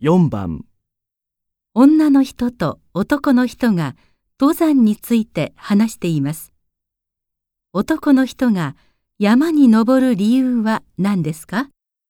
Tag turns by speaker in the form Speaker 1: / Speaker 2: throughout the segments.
Speaker 1: 4番。
Speaker 2: 女の人と男の人が登山について話しています。男の人が山に登る理由は何ですか？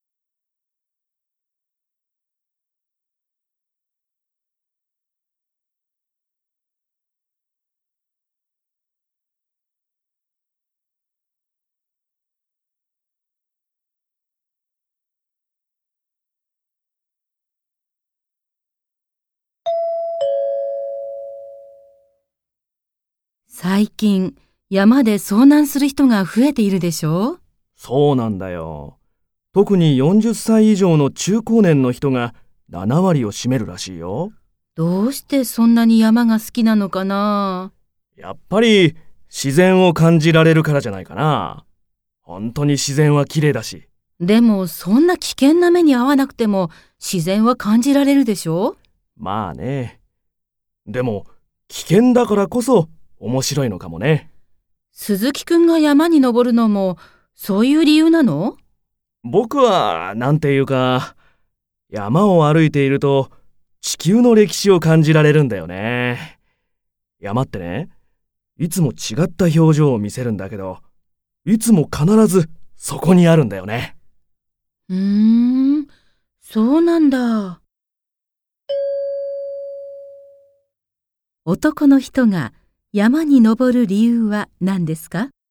Speaker 2: 最近、山で遭難する人が増えているでしょう？
Speaker 1: そうなんだよ。特に40歳以上の中高年の人が7割を占めるらしいよ。
Speaker 2: どうしてそんなに山が好きなのかな？
Speaker 1: やっぱり自然を感じられるからじゃないかな。本当に自然は綺麗だし。
Speaker 2: でもそんな危険な目に遭わなくても自然は感じられるでしょ？
Speaker 1: まあね。でも危険だからこそ面白いのかもね。
Speaker 2: 鈴木くんが山に登るのもそういう理由なの？
Speaker 1: 僕はなんていうか、山を歩いていると地球の歴史を感じられるんだよね。山ってね、いつも違った表情を見せるんだけど、いつも必ずそこにあるんだよね。
Speaker 2: そうなんだ。男の人が山に登る理由は何ですか？